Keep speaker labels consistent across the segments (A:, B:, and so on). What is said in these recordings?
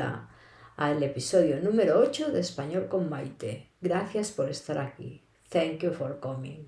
A: bienvenida al episodio número 8 de Español con Maite. Gracias por estar aquí. Thank you for coming.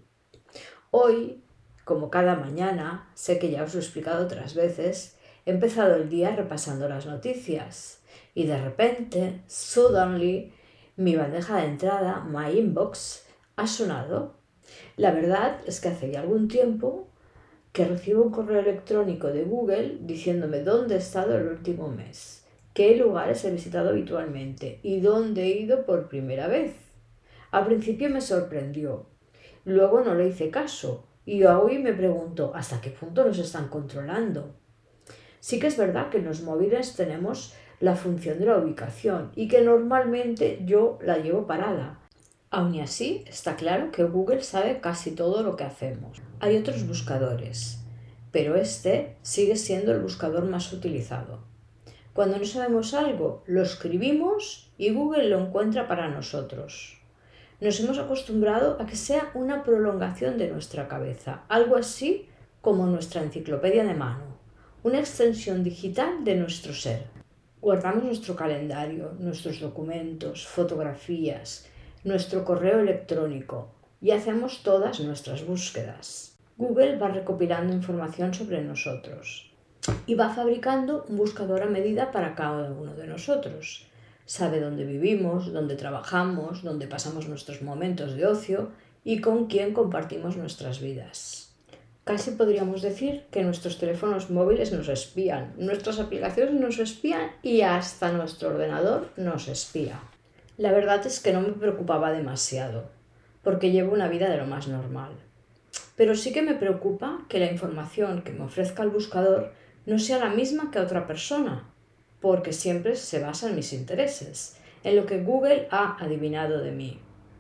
A: Hoy, como cada mañana, sé que ya os lo he explicado otras veces, he empezado el día repasando las noticias y de repente, suddenly, mi bandeja de entrada, my inbox, ha sonado. La verdad es que hace ya algún tiempo que recibo un correo electrónico de Google diciéndome dónde he estado el último mes, qué lugares he visitado habitualmente y dónde he ido por primera vez. Al principio me sorprendió, luego no le hice caso y hoy me pregunto ¿hasta qué punto nos están controlando? Sí que es verdad que en los móviles tenemos la función de la ubicación y que normalmente yo la llevo parada. Aun y así, está claro que Google sabe casi todo lo que hacemos. Hay otros buscadores, pero este sigue siendo el buscador más utilizado. Cuando no sabemos algo, lo escribimos y Google lo encuentra para nosotros. Nos hemos acostumbrado a que sea una prolongación de nuestra cabeza, algo así como nuestra enciclopedia de mano, una extensión digital de nuestro ser. Guardamos nuestro calendario, nuestros documentos, fotografías, nuestro correo electrónico y hacemos todas nuestras búsquedas. Google va recopilando información sobre nosotros y va fabricando un buscador a medida para cada uno de nosotros. Sabe dónde vivimos, dónde trabajamos, dónde pasamos nuestros momentos de ocio y con quién compartimos nuestras vidas. Casi podríamos decir que nuestros teléfonos móviles nos espían, nuestras aplicaciones nos espían y hasta nuestro ordenador nos espía. La verdad es que no me preocupaba demasiado, porque llevo una vida de lo más normal. Pero sí que me preocupa que la información que me ofrezca el buscador no sea la misma que otra persona, porque siempre se basa en mis intereses, en lo que Google ha adivinado de mí.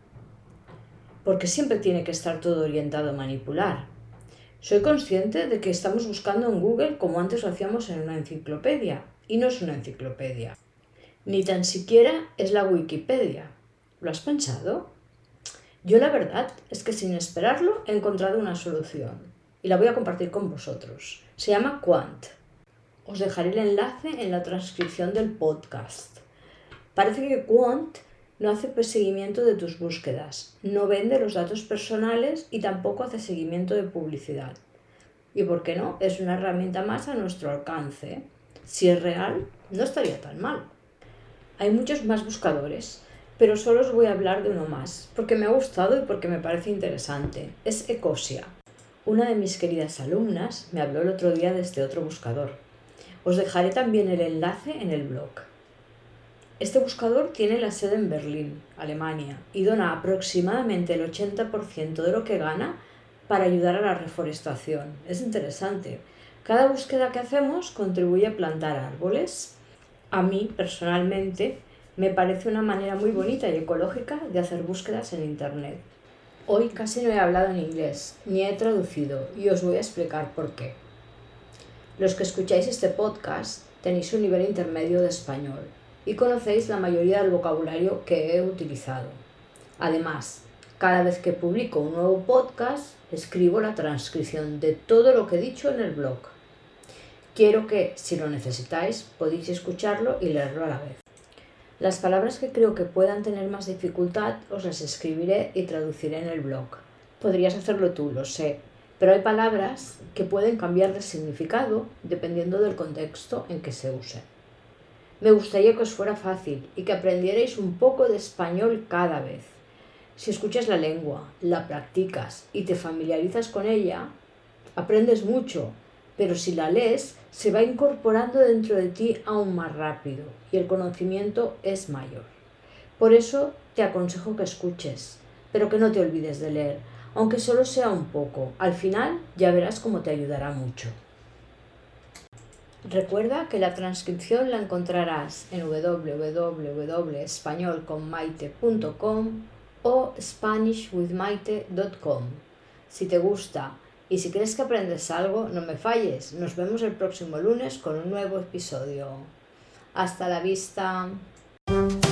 A: Porque siempre tiene que estar todo orientado a manipular. Soy consciente de que estamos buscando en Google como antes lo hacíamos en una enciclopedia, y no es una enciclopedia. Ni tan siquiera es la Wikipedia. ¿Lo has pensado? Yo la verdad es que sin esperarlo he encontrado una solución y la voy a compartir con vosotros. Se llama Quant. Os dejaré el enlace en la transcripción del podcast. Parece que Quant no hace seguimiento de tus búsquedas, no vende los datos personales y tampoco hace seguimiento de publicidad. Y por qué no, es una herramienta más a nuestro alcance. Si es real, no estaría tan mal. Hay muchos más buscadores, pero solo os voy a hablar de uno más, porque me ha gustado y porque me parece interesante. Es Ecosia. Una de mis queridas alumnas me habló el otro día de este otro buscador. Os dejaré también el enlace en el blog. Este buscador tiene la sede en Berlín, Alemania, y dona aproximadamente el 80% de lo que gana para ayudar a la reforestación. Es interesante. Cada búsqueda que hacemos contribuye a plantar árboles. A mí, personalmente, me parece una manera muy bonita y ecológica de hacer búsquedas en Internet. Hoy casi no he hablado en inglés, ni he traducido, y os voy a explicar por qué. Los que escucháis este podcast tenéis un nivel intermedio de español y conocéis la mayoría del vocabulario que he utilizado. Además, cada vez que publico un nuevo podcast, escribo la transcripción de todo lo que he dicho en el blog. Quiero que, si lo necesitáis, podéis escucharlo y leerlo a la vez. Las palabras que creo que puedan tener más dificultad os las escribiré y traduciré en el blog. Podrías hacerlo tú, lo sé, pero hay palabras que pueden cambiar de significado dependiendo del contexto en que se usen. Me gustaría que os fuera fácil y que aprendierais un poco de español cada vez. Si escuchas la lengua, la practicas y te familiarizas con ella, aprendes mucho, pero si la lees, se va incorporando dentro de ti aún más rápido y el conocimiento es mayor. Por eso te aconsejo que escuches, pero que no te olvides de leer, aunque solo sea un poco. Al final ya verás cómo te ayudará mucho. Recuerda que la transcripción la encontrarás en www.españolconmaite.com o SpanishWithMaite.com. Si te gusta y si crees que aprendes algo, no me falles. Nos vemos el próximo lunes con un nuevo episodio. Hasta la vista.